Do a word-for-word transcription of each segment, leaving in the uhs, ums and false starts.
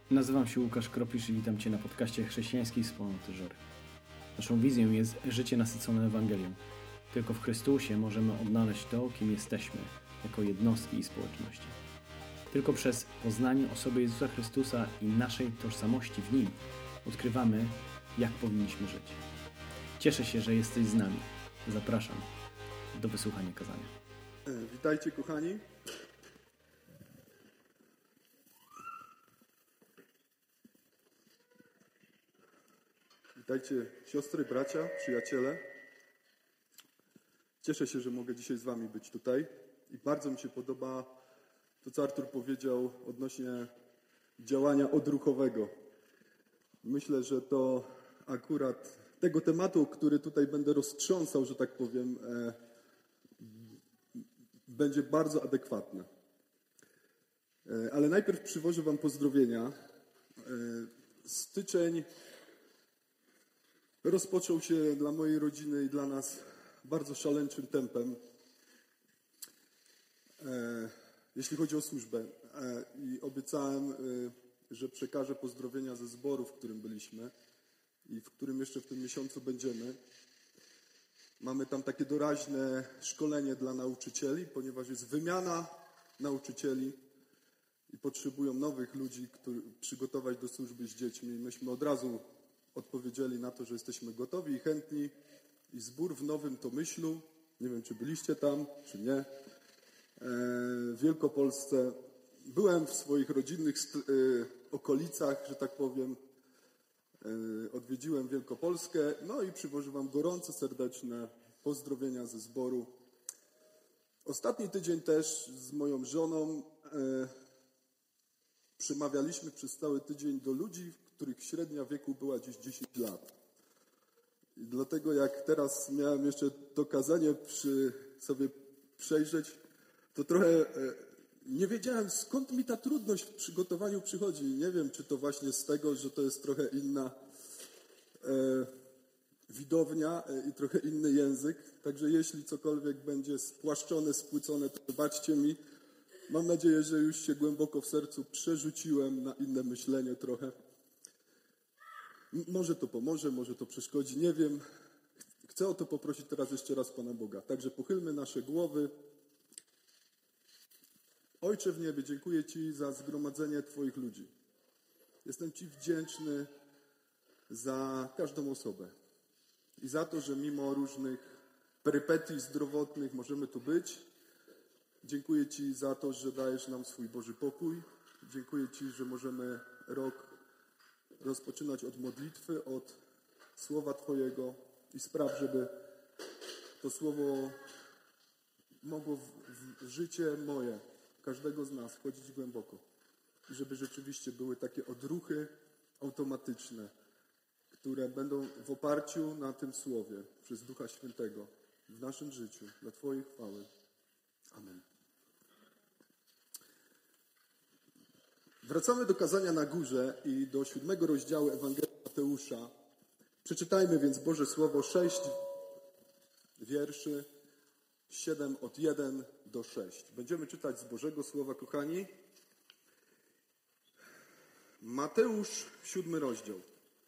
Nazywam się Łukasz Kropisz i witam Cię na podcaście Chrześcijańskiej Wspólnoty Żory. Naszą wizją jest życie nasycone Ewangelią. Tylko w Chrystusie możemy odnaleźć to, kim jesteśmy, jako jednostki i społeczności. Tylko przez poznanie osoby Jezusa Chrystusa i naszej tożsamości w Nim odkrywamy, jak powinniśmy żyć. Cieszę się, że jesteś z nami. Zapraszam do wysłuchania kazania. Witajcie, kochani. Witajcie, siostry, bracia, przyjaciele. Cieszę się, że mogę dzisiaj z wami być tutaj i bardzo mi się podoba to, co Artur powiedział odnośnie działania odruchowego. Myślę, że to akurat tego tematu, który tutaj będę roztrząsał, że tak powiem, e, będzie bardzo adekwatne. E, ale najpierw przywożę wam pozdrowienia. E, styczeń rozpoczął się dla mojej rodziny i dla nas bardzo szaleńczym tempem, e, jeśli chodzi o służbę. E, I obiecałem, e, że przekażę pozdrowienia ze zboru, w którym byliśmy i w którym jeszcze w tym miesiącu będziemy. Mamy tam takie doraźne szkolenie dla nauczycieli, ponieważ jest wymiana nauczycieli i potrzebują nowych ludzi, którzy przygotować do służby z dziećmi. Myśmy od razu odpowiedzieli na to, że jesteśmy gotowi i chętni. I zbór w Nowym Tomyślu, nie wiem, czy byliście tam, czy nie, w Wielkopolsce. Byłem w swoich rodzinnych okolicach, że tak powiem. Odwiedziłem Wielkopolskę, no i przywożę wam gorące, serdeczne pozdrowienia ze zboru. Ostatni tydzień też z moją żoną e, przemawialiśmy przez cały tydzień do ludzi, których średnia wieku była gdzieś dziesięć lat. I dlatego jak teraz miałem jeszcze to kazanie przy sobie przejrzeć, to trochę e, nie wiedziałem, skąd mi ta trudność w przygotowaniu przychodzi. Nie wiem, czy to właśnie z tego, że to jest trochę inna e, widownia e, i trochę inny język. Także jeśli cokolwiek będzie spłaszczone, spłycone, to wybaczcie mi. Mam nadzieję, że już się głęboko w sercu przerzuciłem na inne myślenie trochę. M- może to pomoże, może to przeszkodzi, nie wiem. Chcę o to poprosić teraz jeszcze raz Pana Boga. Także pochylmy nasze głowy. Ojcze w niebie, dziękuję Ci za zgromadzenie Twoich ludzi. Jestem Ci wdzięczny za każdą osobę i za to, że mimo różnych perypetii zdrowotnych możemy tu być. Dziękuję Ci za to, że dajesz nam swój Boży pokój. Dziękuję Ci, że możemy rok rozpoczynać od modlitwy, od słowa Twojego i spraw, żeby to słowo mogło w, w życie moje, każdego z nas wchodzić głęboko. I żeby rzeczywiście były takie odruchy automatyczne, które będą w oparciu na tym Słowie przez Ducha Świętego w naszym życiu, dla Twojej chwały. Amen. Wracamy do kazania na górze i do siódmego rozdziału Ewangelii Mateusza. Przeczytajmy więc Boże Słowo, sześć wierszy, siedem od jeden do sześć. Będziemy czytać z Bożego Słowa, kochani. Mateusz, siódmy rozdział.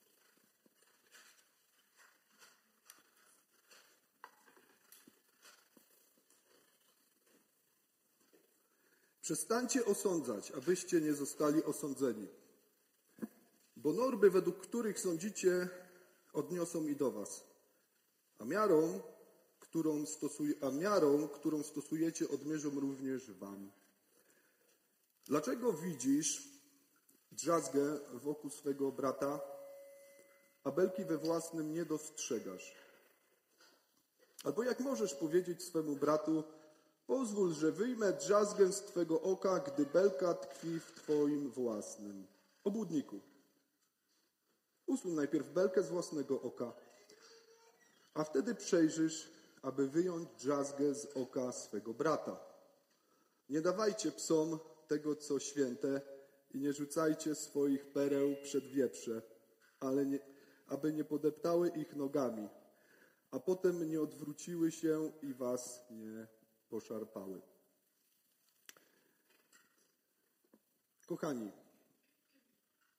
Przestańcie osądzać, abyście nie zostali osądzeni. Bo normy, według których sądzicie, odniosą i do was. A miarą, którą stosuje, a miarą, którą stosujecie, odmierzą również wam. Dlaczego widzisz drzazgę wokół swego brata, a belki we własnym nie dostrzegasz? Albo jak możesz powiedzieć swemu bratu, pozwól, że wyjmę drzazgę z twego oka, gdy belka tkwi w twoim własnym. Obłudniku, usuń najpierw belkę z własnego oka, a wtedy przejrzysz, aby wyjąć drzazgę z oka swego brata. Nie dawajcie psom tego, co święte, i nie rzucajcie swoich pereł przed wieprze, ale nie, aby nie podeptały ich nogami, a potem nie odwróciły się i was nie poszarpały. Kochani,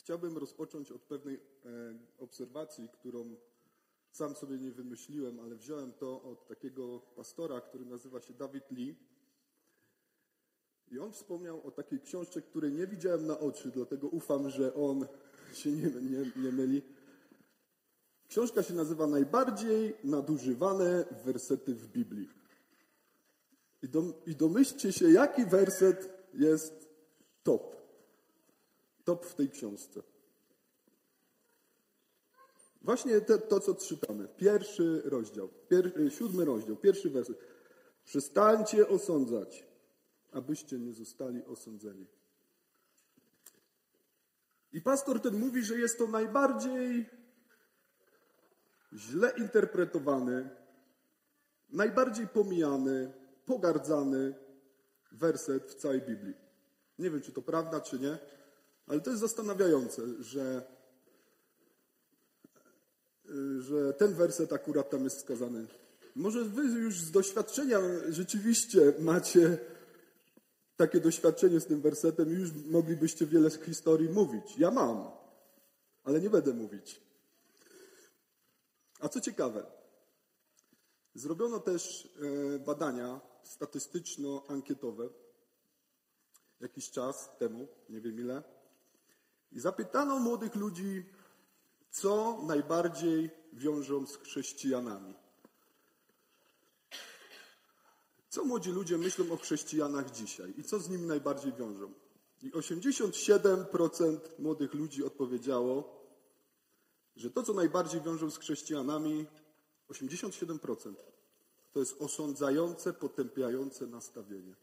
Chciałbym rozpocząć od pewnej e, obserwacji, którą sam sobie nie wymyśliłem, ale wziąłem to od takiego pastora, który nazywa się David Lee. I on wspomniał o takiej książce, której nie widziałem na oczy, dlatego ufam, że on się nie, nie, nie myli. Książka się nazywa Najbardziej nadużywane wersety w Biblii. I, dom, i domyślcie się, jaki werset jest top. Top w tej książce. Właśnie te, to, co czytamy. Pierwszy rozdział, pier, siódmy rozdział, pierwszy werset. Przestańcie osądzać, abyście nie zostali osądzeni. I pastor ten mówi, że jest to najbardziej źle interpretowany, najbardziej pomijany, pogardzany werset w całej Biblii. Nie wiem, czy to prawda, czy nie, ale to jest zastanawiające, że, że ten werset akurat tam jest wskazany. Może wy już z doświadczenia rzeczywiście macie takie doświadczenie z tym wersetem i już moglibyście wiele z historii mówić. Ja mam, ale nie będę mówić. A co ciekawe, zrobiono też badania statystyczno-ankietowe jakiś czas temu, nie wiem ile, i zapytano młodych ludzi, co najbardziej wiążą z chrześcijanami. Co młodzi ludzie myślą o chrześcijanach dzisiaj i co z nimi najbardziej wiążą? I osiemdziesiąt siedem procent młodych ludzi odpowiedziało, że to, co najbardziej wiążą z chrześcijanami, osiemdziesiąt siedem procent, to jest osądzające, potępiające nastawienie.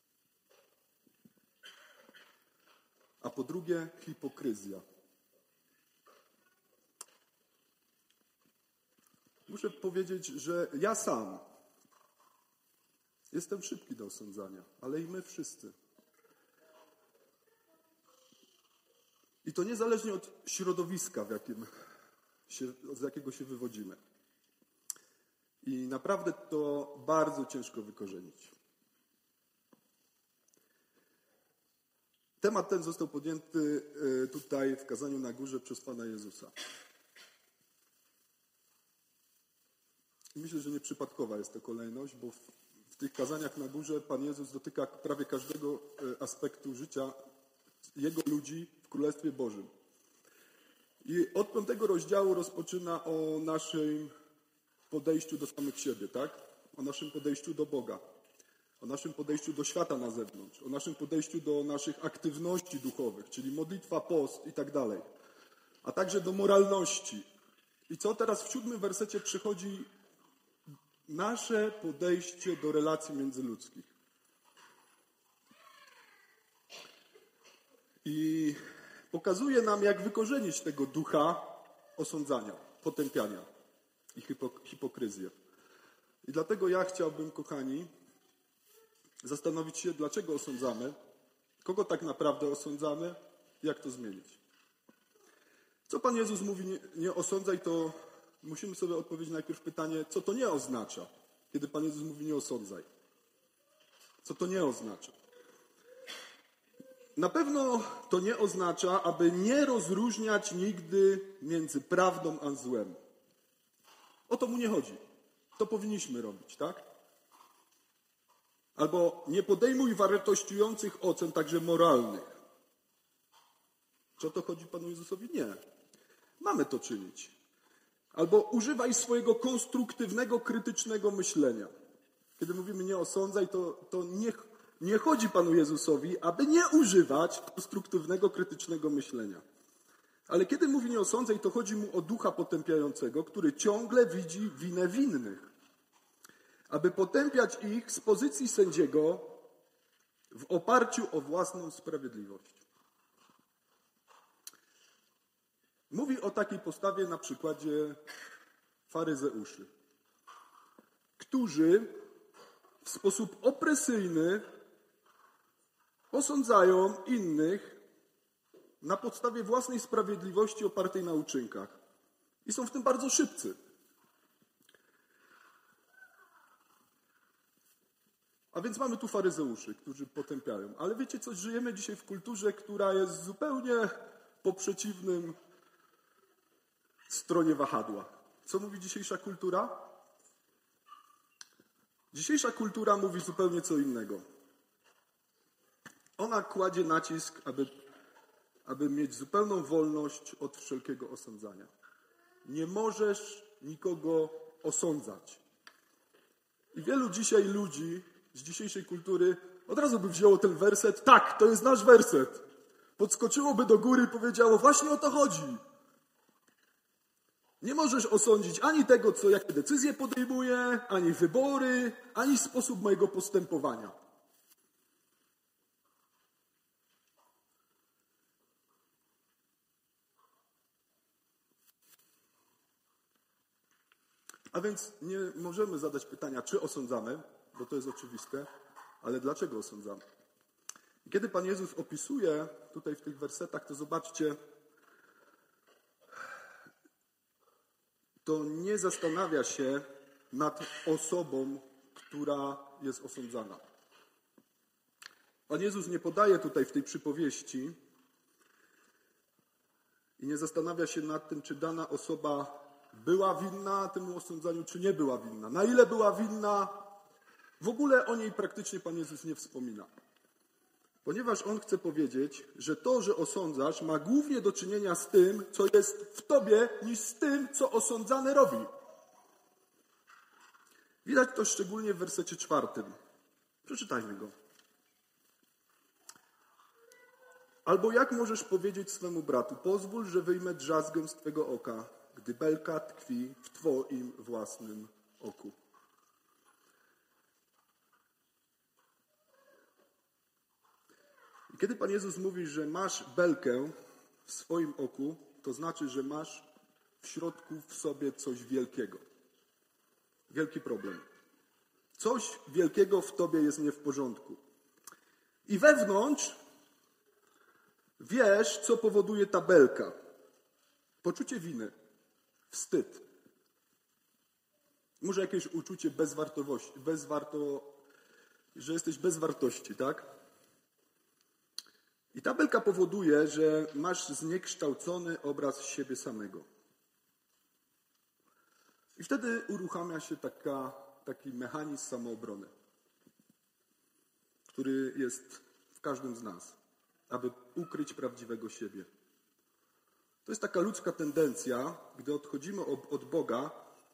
A po drugie, hipokryzja. Muszę powiedzieć, że ja sam jestem szybki do osądzania, ale i my wszyscy. I to niezależnie od środowiska, w jakim się, z jakiego się wywodzimy. I naprawdę to bardzo ciężko wykorzenić. Temat ten został podjęty tutaj w kazaniu na górze przez Pana Jezusa. I myślę, że nieprzypadkowa jest to kolejność, bo w, w tych kazaniach na górze Pan Jezus dotyka prawie każdego aspektu życia Jego ludzi w Królestwie Bożym. I od piątego rozdziału rozpoczyna o naszym podejściu do samych siebie, tak? O naszym podejściu do Boga, o naszym podejściu do świata na zewnątrz, o naszym podejściu do naszych aktywności duchowych, czyli modlitwa, post i tak dalej, a także do moralności. I co teraz w siódmym wersecie przychodzi? Nasze podejście do relacji międzyludzkich. I pokazuje nam, jak wykorzenić tego ducha osądzania, potępiania i hipokryzję. I dlatego ja chciałbym, kochani, zastanowić się, dlaczego osądzamy, kogo tak naprawdę osądzamy, jak to zmienić. Co Pan Jezus mówi, nie, nie osądzaj, to musimy sobie odpowiedzieć najpierw pytanie, co to nie oznacza, kiedy Pan Jezus mówi nie osądzaj. Co to nie oznacza? Na pewno to nie oznacza, aby nie rozróżniać nigdy między prawdą a złem. O to mu nie chodzi. To powinniśmy robić, tak? Albo nie podejmuj wartościujących ocen, także moralnych. Czy o to chodzi Panu Jezusowi? Nie. Mamy to czynić. Albo używaj swojego konstruktywnego, krytycznego myślenia. Kiedy mówimy nie osądzaj, to, to nie, nie chodzi Panu Jezusowi, aby nie używać konstruktywnego, krytycznego myślenia. Ale kiedy mówi nie osądzaj, to chodzi mu o ducha potępiającego, który ciągle widzi winę winnych. Aby potępiać ich z pozycji sędziego w oparciu o własną sprawiedliwość. Mówi o takiej postawie na przykładzie faryzeuszy, którzy w sposób opresyjny osądzają innych na podstawie własnej sprawiedliwości opartej na uczynkach. I są w tym bardzo szybcy. A więc mamy tu faryzeuszy, którzy potępiają. Ale wiecie co, żyjemy dzisiaj w kulturze, która jest zupełnie po przeciwnym stronie wahadła. Co mówi dzisiejsza kultura? Dzisiejsza kultura mówi zupełnie co innego. Ona kładzie nacisk, aby, aby mieć zupełną wolność od wszelkiego osądzania. Nie możesz nikogo osądzać. I wielu dzisiaj ludzi z dzisiejszej kultury od razu by wzięło ten werset. Tak, to jest nasz werset. Podskoczyłoby do góry i powiedziało, właśnie o to chodzi. Nie możesz osądzić ani tego, co, jakie decyzje podejmuję, ani wybory, ani sposób mojego postępowania. A więc nie możemy zadać pytania, czy osądzamy, bo to jest oczywiste, ale dlaczego osądzamy? I kiedy Pan Jezus opisuje tutaj w tych wersetach, to zobaczcie, to nie zastanawia się nad osobą, która jest osądzana. Pan Jezus nie podaje tutaj w tej przypowieści i nie zastanawia się nad tym, czy dana osoba była winna temu osądzaniu, czy nie była winna. Na ile była winna, w ogóle o niej praktycznie Pan Jezus nie wspomina. Ponieważ On chce powiedzieć, że to, że osądzasz, ma głównie do czynienia z tym, co jest w tobie, niż z tym, co osądzany robi. Widać to szczególnie w wersecie czwartym. Przeczytajmy go. Albo jak możesz powiedzieć swemu bratu, pozwól, że wyjmę drzazgę z twego oka, gdy belka tkwi w twoim własnym oku. I kiedy Pan Jezus mówi, że masz belkę w swoim oku, to znaczy, że masz w środku w sobie coś wielkiego. Wielki problem. Coś wielkiego w tobie jest nie w porządku. I wewnątrz wiesz, co powoduje ta belka. Poczucie winy, wstyd. Może jakieś uczucie bezwartości, bezwarto, że jesteś bez wartości, tak? I ta belka powoduje, że masz zniekształcony obraz siebie samego. I wtedy uruchamia się taka, taki mechanizm samoobrony, który jest w każdym z nas, aby ukryć prawdziwego siebie. To jest taka ludzka tendencja, gdy odchodzimy od, od Boga,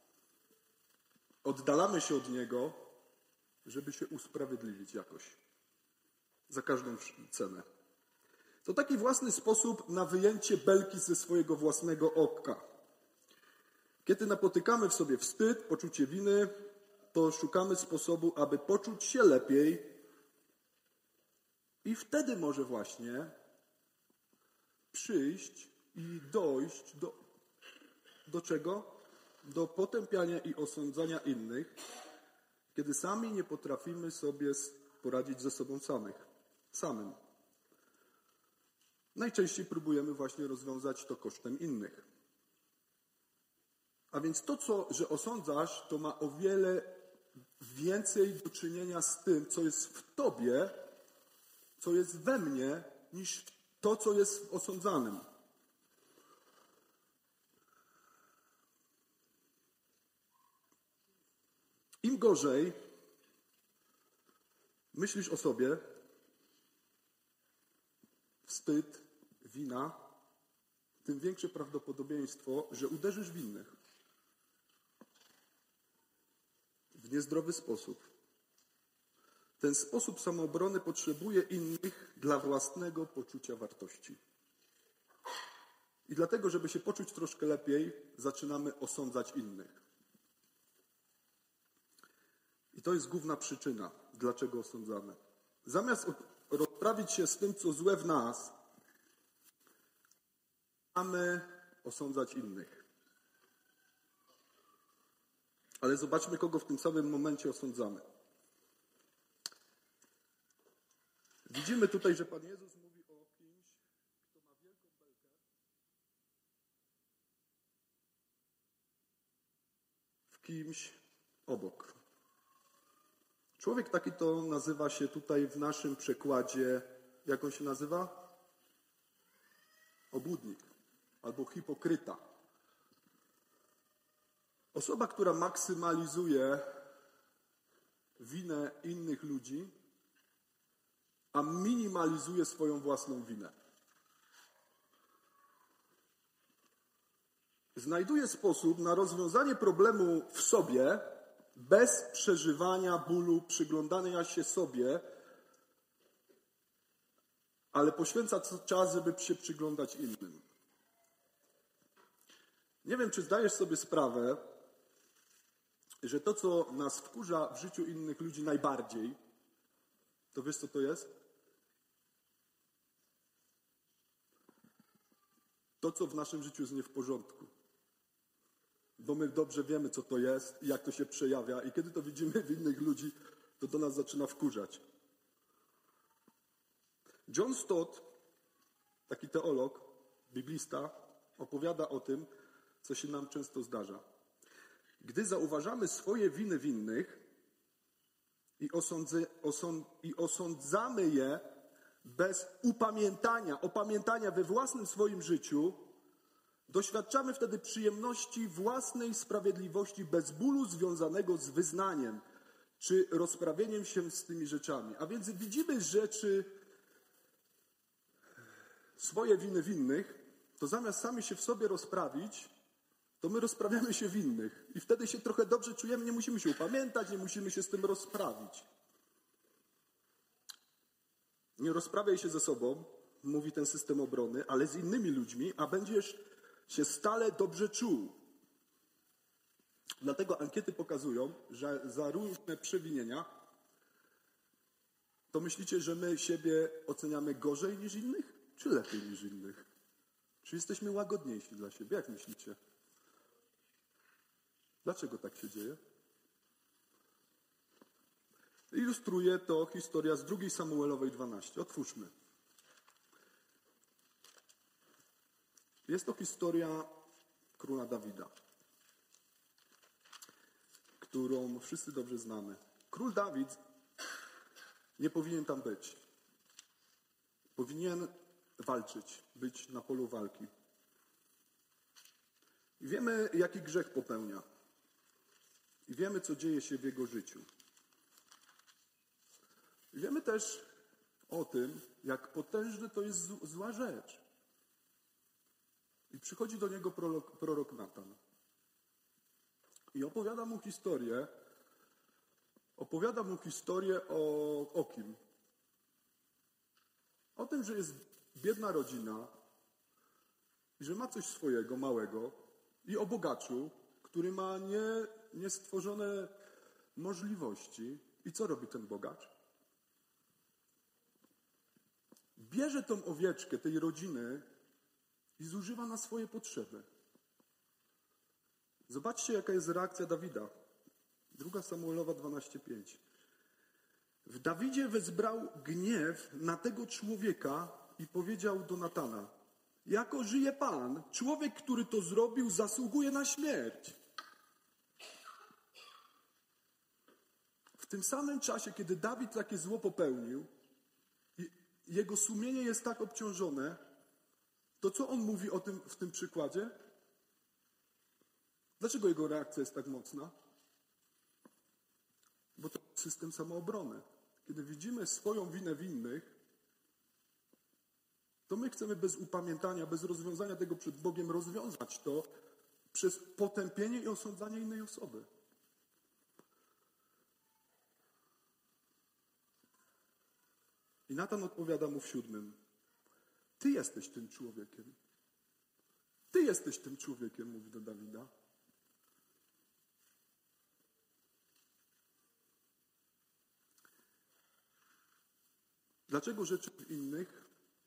oddalamy się od Niego, żeby się usprawiedliwić jakoś. Za każdą cenę. To taki własny sposób na wyjęcie belki ze swojego własnego oka. Kiedy napotykamy w sobie wstyd, poczucie winy, to szukamy sposobu, aby poczuć się lepiej i wtedy może właśnie przyjść i dojść do, do czego? Do potępiania i osądzania innych, kiedy sami nie potrafimy sobie poradzić ze sobą samych, samym. Najczęściej próbujemy właśnie rozwiązać to kosztem innych. A więc to, co, że osądzasz, to ma o wiele więcej do czynienia z tym, co jest w tobie, co jest we mnie, niż to, co jest w osądzanym. Im gorzej myślisz o sobie, wstyd, wina, tym większe prawdopodobieństwo, że uderzysz w innych. W niezdrowy sposób. Ten sposób samoobrony potrzebuje innych dla własnego poczucia wartości. I dlatego, żeby się poczuć troszkę lepiej, zaczynamy osądzać innych. I to jest główna przyczyna, dlaczego osądzamy. Zamiast rozprawić się z tym, co złe w nas, mamy osądzać innych. Ale zobaczmy, kogo w tym samym momencie osądzamy. Widzimy tutaj, że Pan Jezus mówi o kimś, kto ma wielką belkę. W kimś obok. Człowiek taki to nazywa się tutaj w naszym przekładzie, jak on się nazywa? obłudnik albo hipokryta. Osoba, która maksymalizuje winę innych ludzi, a minimalizuje swoją własną winę. Znajduje sposób na rozwiązanie problemu w sobie bez przeżywania bólu, przyglądania się sobie, ale poświęca czas, żeby się przyglądać innym. Nie wiem, czy zdajesz sobie sprawę, że to, co nas wkurza w życiu innych ludzi najbardziej, to wiesz, co to jest? To, co w naszym życiu jest nie w porządku. Bo my dobrze wiemy, co to jest i jak to się przejawia. I kiedy to widzimy w innych ludzi, to do nas zaczyna wkurzać. John Stott, taki teolog, biblista, opowiada o tym, co się nam często zdarza. Gdy zauważamy swoje winy w innych i, osądzy, osąd, i osądzamy je bez upamiętania, opamiętania we własnym swoim życiu, doświadczamy wtedy przyjemności własnej sprawiedliwości bez bólu związanego z wyznaniem czy rozprawieniem się z tymi rzeczami. A więc widzimy rzeczy, swoje winy w innych, to zamiast sami się w sobie rozprawić, to my rozprawiamy się w innych. I wtedy się trochę dobrze czujemy, nie musimy się upamiętać, nie musimy się z tym rozprawić. Nie rozprawiaj się ze sobą, mówi ten system obrony, ale z innymi ludźmi, a będziesz się stale dobrze czuł. Dlatego ankiety pokazują, że za różne przewinienia to myślicie, że my siebie oceniamy gorzej niż innych, czy lepiej niż innych? Czy jesteśmy łagodniejsi dla siebie? Jak myślicie? Dlaczego tak się dzieje? Ilustruje to historia z drugiej Samuelowej dwanaście. Otwórzmy. Jest to historia króla Dawida, którą wszyscy dobrze znamy. Król Dawid nie powinien tam być. Powinien walczyć, być na polu walki. I wiemy, jaki grzech popełnia. I wiemy, co dzieje się w jego życiu. I wiemy też o tym, jak potężny to jest zła rzecz. I przychodzi do niego prorok, prorok Natan. I opowiada mu historię, opowiada mu historię o, o kim? O tym, że jest biedna rodzina i że ma coś swojego, małego i o bogaczu, który ma nie, niestworzone możliwości. I co robi ten bogacz? Bierze tą owieczkę tej rodziny i zużywa na swoje potrzeby. Zobaczcie, jaka jest reakcja Dawida. druga Samuelowa dwanaście pięć. W Dawidzie wezbrał gniew na tego człowieka i powiedział do Natana: jako żyje Pan, człowiek, który to zrobił, zasługuje na śmierć. W tym samym czasie, kiedy Dawid takie zło popełnił, jego sumienie jest tak obciążone, to co on mówi o tym w tym przykładzie? Dlaczego jego reakcja jest tak mocna? Bo to jest system samoobrony. Kiedy widzimy swoją winę w innych, to my chcemy bez upamiętania, bez rozwiązania tego przed Bogiem rozwiązać to przez potępienie i osądzanie innej osoby. I Natan odpowiada mu w siódmym: ty jesteś tym człowiekiem. Ty jesteś tym człowiekiem, mówi do Dawida. Dlaczego rzeczy innych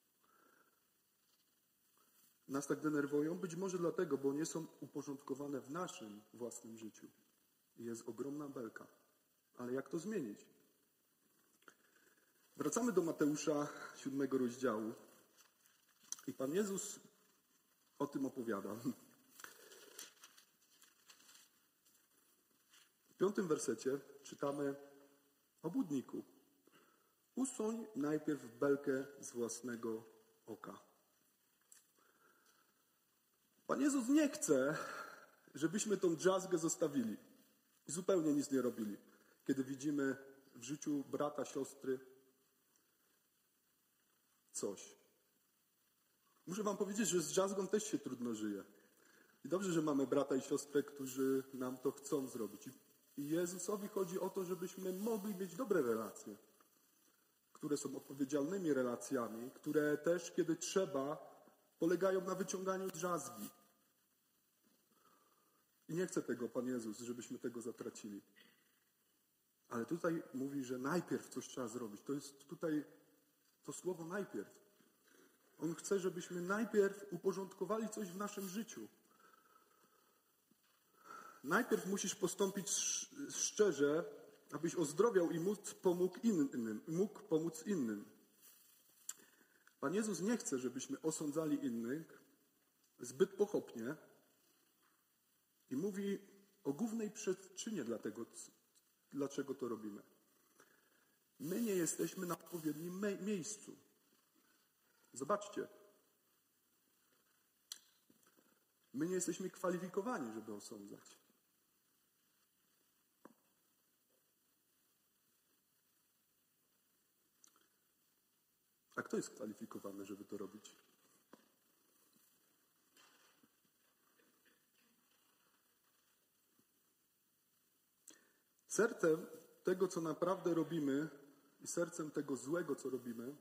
nas tak denerwują? Być może dlatego, bo nie są uporządkowane w naszym własnym życiu. I jest ogromna belka. Ale jak to zmienić? Wracamy do Mateusza siódmego rozdziału. I Pan Jezus o tym opowiada. W piątym wersecie czytamy: obłudniku, usuń najpierw belkę z własnego oka. Pan Jezus nie chce, żebyśmy tą drzazgę zostawili i zupełnie nic nie robili, kiedy widzimy w życiu brata, siostry coś. Muszę wam powiedzieć, że z drzazgą też się trudno żyje. I dobrze, że mamy brata i siostrę, którzy nam to chcą zrobić. I Jezusowi chodzi o to, żebyśmy mogli mieć dobre relacje, które są odpowiedzialnymi relacjami, które też, kiedy trzeba, polegają na wyciąganiu drzazgi. I nie chce tego Pan Jezus, żebyśmy tego zatracili. Ale tutaj mówi, że najpierw coś trzeba zrobić. To jest tutaj to słowo najpierw. On chce, żebyśmy najpierw uporządkowali coś w naszym życiu. Najpierw musisz postąpić szczerze, abyś ozdrowiał i móc pomógł innym, mógł pomóc innym. Pan Jezus nie chce, żebyśmy osądzali innych zbyt pochopnie i mówi o głównej przyczynie dla tego, dlaczego to robimy. My nie jesteśmy na odpowiednim miejscu. Zobaczcie. My nie jesteśmy kwalifikowani, żeby osądzać. A kto jest kwalifikowany, żeby to robić? Sercem tego, co naprawdę robimy i sercem tego złego, co robimy,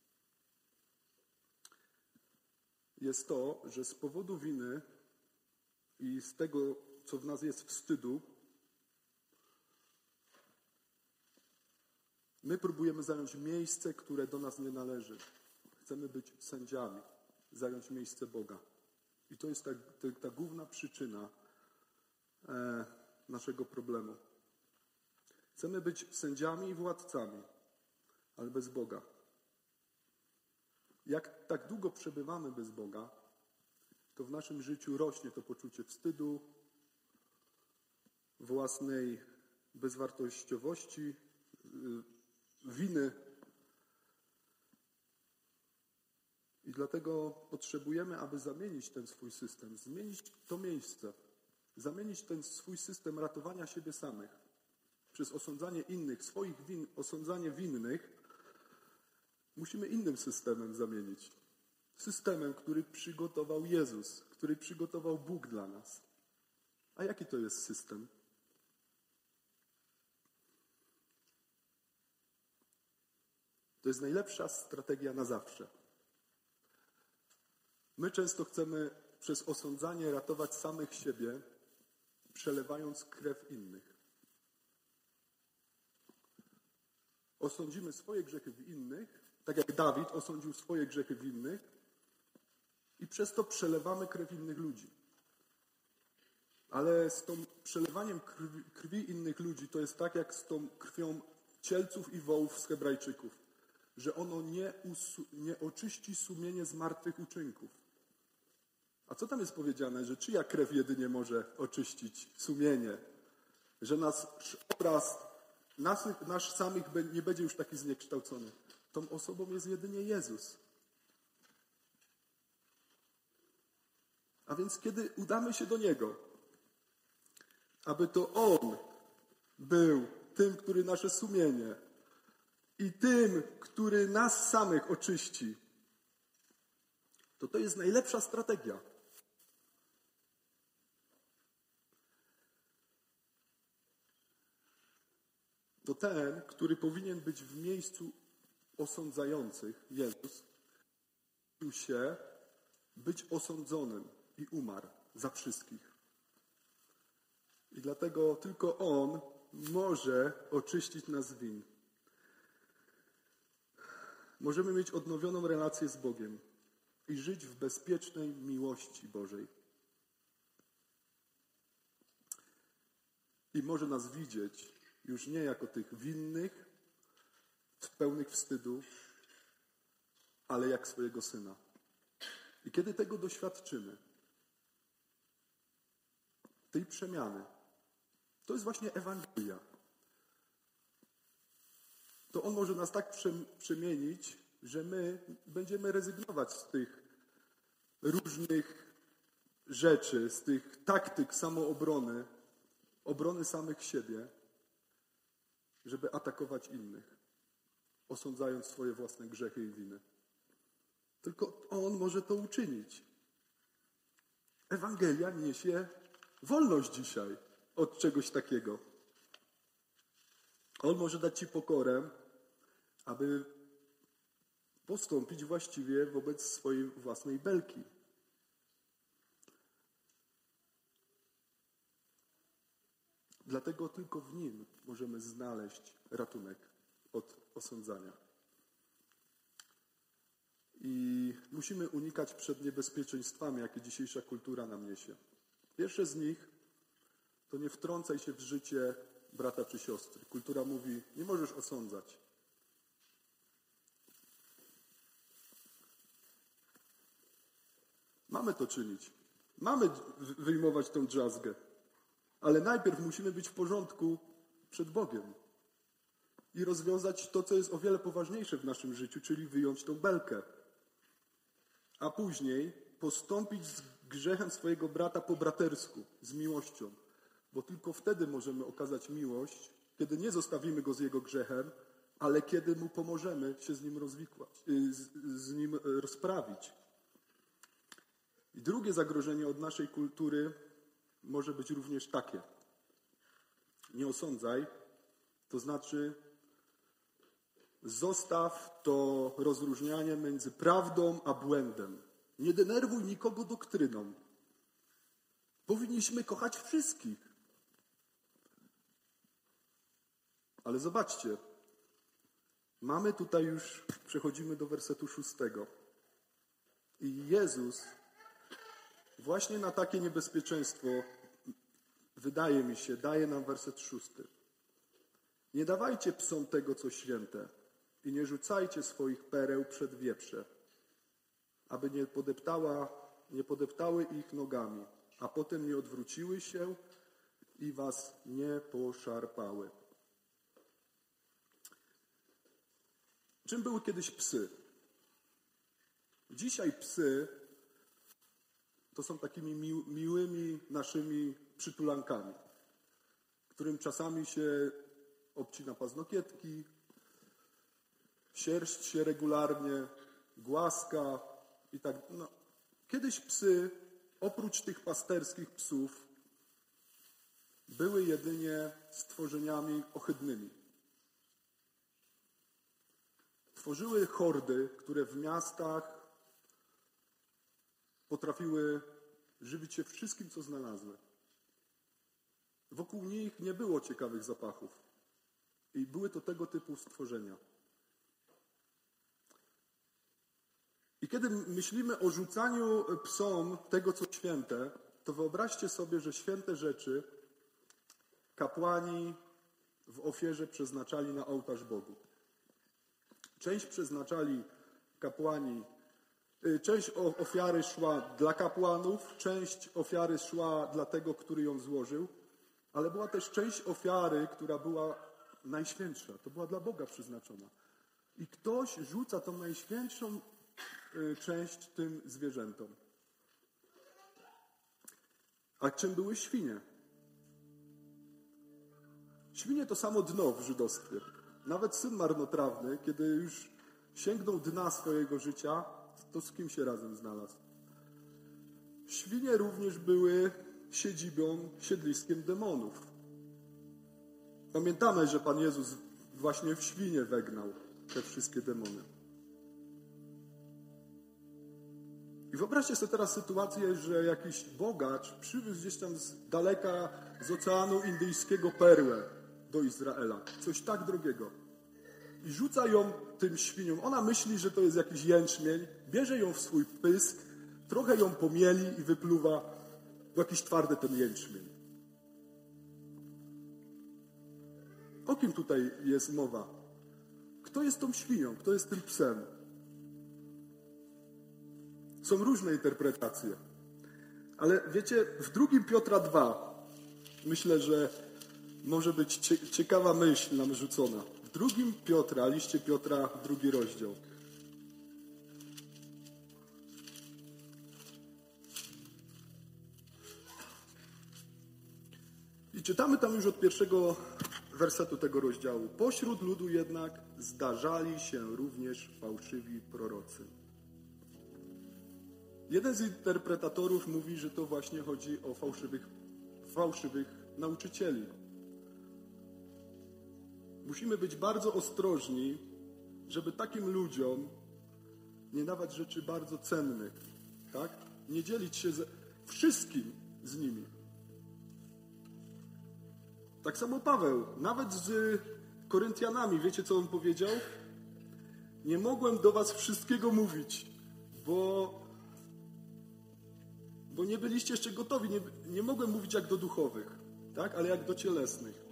jest to, że z powodu winy i z tego, co w nas jest wstydu, my próbujemy zająć miejsce, które do nas nie należy. Chcemy być sędziami, zająć miejsce Boga. I to jest ta, ta, ta główna przyczyna e, naszego problemu. Chcemy być sędziami i władcami, ale bez Boga. Jak tak długo przebywamy bez Boga, to w naszym życiu rośnie to poczucie wstydu, własnej bezwartościowości, winy. I dlatego potrzebujemy, aby zamienić ten swój system, zmienić to miejsce, zamienić ten swój system ratowania siebie samych przez osądzanie innych, swoich win, osądzanie winnych, musimy innym systemem zamienić. Systemem, który przygotował Jezus, który przygotował Bóg dla nas. A jaki to jest system? To jest najlepsza strategia na zawsze. My często chcemy przez osądzanie ratować samych siebie, przelewając krew innych. Osądzimy swoje grzechy w innych, tak jak Dawid osądził swoje grzechy w innych i przez to przelewamy krew innych ludzi. Ale z tym przelewaniem krwi, krwi innych ludzi to jest tak jak z tą krwią cielców i wołów z Hebrajczyków, że ono nie, usu, nie oczyści sumienie z martwych uczynków. A co tam jest powiedziane, że czyja krew jedynie może oczyścić sumienie? Że nasz obraz, nas, nasz samych nie będzie już taki zniekształcony. Tą osobą jest jedynie Jezus. A więc kiedy udamy się do Niego, aby to On był tym, który nasze sumienie i tym, który nas samych oczyści, to to jest najlepsza strategia. To ten, który powinien być w miejscu osądzających, Jezus, chciał się być osądzonym i umarł za wszystkich. I dlatego tylko On może oczyścić nas z win. Możemy mieć odnowioną relację z Bogiem i żyć w bezpiecznej miłości Bożej. I może nas widzieć już nie jako tych winnych, pełnych wstydu, ale jak swojego Syna. I kiedy tego doświadczymy, tej przemiany, to jest właśnie Ewangelia. To On może nas tak przemienić, że my będziemy rezygnować z tych różnych rzeczy, z tych taktyk samoobrony, obrony samych siebie, żeby atakować innych, osądzając swoje własne grzechy i winy. Tylko On może to uczynić. Ewangelia niesie wolność dzisiaj od czegoś takiego. On może dać ci pokorę, aby postąpić właściwie wobec swojej własnej belki. Dlatego tylko w Nim możemy znaleźć ratunek od osądzania. I musimy unikać przed niebezpieczeństwami, jakie dzisiejsza kultura nam niesie. Pierwsze z nich to nie wtrącaj się w życie brata czy siostry. Kultura mówi, nie możesz osądzać. Mamy to czynić. Mamy wyjmować tą drzazgę. Ale najpierw musimy być w porządku przed Bogiem i rozwiązać to, co jest o wiele poważniejsze w naszym życiu, czyli wyjąć tą belkę. A później postąpić z grzechem swojego brata po bratersku, z miłością. Bo tylko wtedy możemy okazać miłość, kiedy nie zostawimy go z jego grzechem, ale kiedy mu pomożemy się z nim rozwikłać, z, z nim rozprawić. I drugie zagrożenie od naszej kultury może być również takie. Nie osądzaj, to znaczy zostaw to rozróżnianie między prawdą a błędem. Nie denerwuj nikogo doktryną. Powinniśmy kochać wszystkich. Ale zobaczcie, mamy tutaj już, przechodzimy do wersetu szóstego. I Jezus właśnie na takie niebezpieczeństwo, wydaje mi się, daje nam werset szósty. Nie dawajcie psom tego, co święte i nie rzucajcie swoich pereł przed wieprze, aby nie podeptała, nie podeptały ich nogami, a potem nie odwróciły się i was nie poszarpały. Czym były kiedyś psy? Dzisiaj psy to są takimi mi, miłymi naszymi przytulankami, którym czasami się obcina paznokietki, sierść się regularnie, głaska i tak. No. Kiedyś psy, oprócz tych pasterskich psów, były jedynie stworzeniami ohydnymi. Tworzyły hordy, które w miastach potrafiły żywić się wszystkim, co znalazły. Wokół nich nie było ciekawych zapachów. I były to tego typu stworzenia. I kiedy myślimy o rzucaniu psom tego, co święte, to wyobraźcie sobie, że święte rzeczy kapłani w ofierze przeznaczali na ołtarz Bogu. Część przeznaczali kapłani, część ofiary szła dla kapłanów, część ofiary szła dla tego, który ją złożył, ale była też część ofiary, która była najświętsza. To była dla Boga przeznaczona. I ktoś rzuca tą najświętszą część tym zwierzętom. A czym były świnie? Świnie to samo dno w żydostwie. Nawet syn marnotrawny, kiedy już sięgnął dna swojego życia, to z kim się razem znalazł? Świnie również były siedzibą, siedliskiem demonów. Pamiętamy, że Pan Jezus właśnie w świnie wegnał te wszystkie demony. I wyobraźcie sobie teraz sytuację, że jakiś bogacz przywiózł gdzieś tam z daleka, z Oceanu Indyjskiego perłę do Izraela. Coś tak drogiego. I rzuca ją tym świniom. Ona myśli, że to jest jakiś jęczmień. Bierze ją w swój pysk, trochę ją pomieli i wypluwa w jakiś twardy ten jęczmień. O kim tutaj jest mowa? Kto jest tą świnią? Kto jest tym psem? Są różne interpretacje. Ale wiecie, w drugim Piotra dwa myślę, że może być ciekawa myśl nam rzucona. W drugim Piotra, liście Piotra, drugi rozdział. I czytamy tam już od pierwszego wersetu tego rozdziału. Pośród ludu jednak zdarzali się również fałszywi prorocy. Jeden z interpretatorów mówi, że to właśnie chodzi o fałszywych, fałszywych nauczycieli. Musimy być bardzo ostrożni, żeby takim ludziom nie dawać rzeczy bardzo cennych, tak? Nie dzielić się ze wszystkim z nimi. Tak samo Paweł, nawet z Koryntianami, wiecie co on powiedział? Nie mogłem do was wszystkiego mówić, bo, bo nie byliście jeszcze gotowi. Nie, nie mogłem mówić jak do duchowych, tak? Ale jak do cielesnych.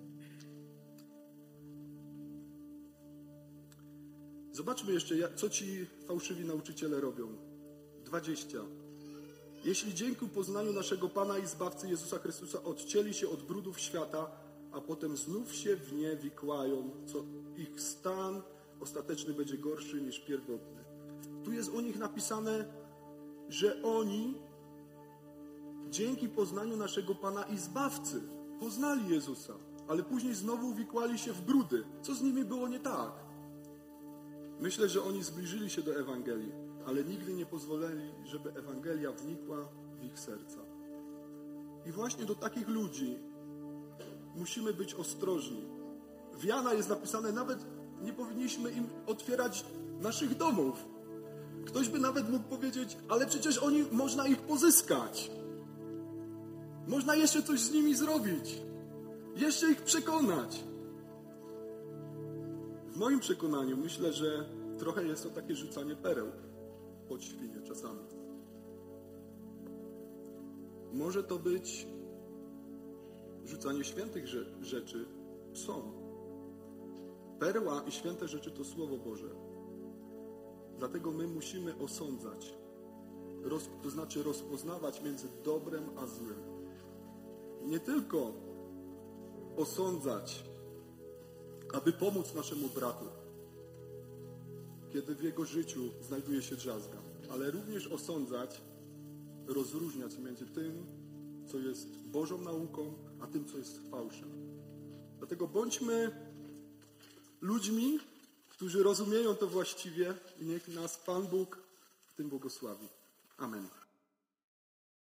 Zobaczmy jeszcze, co ci fałszywi nauczyciele robią. dwadzieścia. Jeśli dzięki poznaniu naszego Pana i Zbawcy Jezusa Chrystusa odcięli się od brudów świata, a potem znów się w nie wikłają, co ich stan ostateczny będzie gorszy niż pierwotny. Tu jest o nich napisane, że oni dzięki poznaniu naszego Pana i Zbawcy poznali Jezusa, ale później znowu uwikłali się w brudy. Co z nimi było nie tak? Myślę, że oni zbliżyli się do Ewangelii, ale nigdy nie pozwolili, żeby Ewangelia wnikła w ich serca. I właśnie do takich ludzi musimy być ostrożni. W Jana jest napisane, nawet nie powinniśmy im otwierać naszych domów. Ktoś by nawet mógł powiedzieć, ale przecież oni, można ich pozyskać. Można jeszcze coś z nimi zrobić. Jeszcze ich przekonać. W moim przekonaniu myślę, że trochę jest to takie rzucanie pereł pod świnie czasami. Może to być rzucanie świętych rzeczy psom. Perła i święte rzeczy to Słowo Boże. Dlatego my musimy osądzać, roz, to znaczy rozpoznawać między dobrem a złem. Nie tylko osądzać, aby pomóc naszemu bratu, kiedy w jego życiu znajduje się drzazga, ale również osądzać, rozróżniać między tym, co jest Bożą nauką, a tym, co jest fałszem. Dlatego bądźmy ludźmi, którzy rozumieją to właściwie i niech nas Pan Bóg w tym błogosławi. Amen.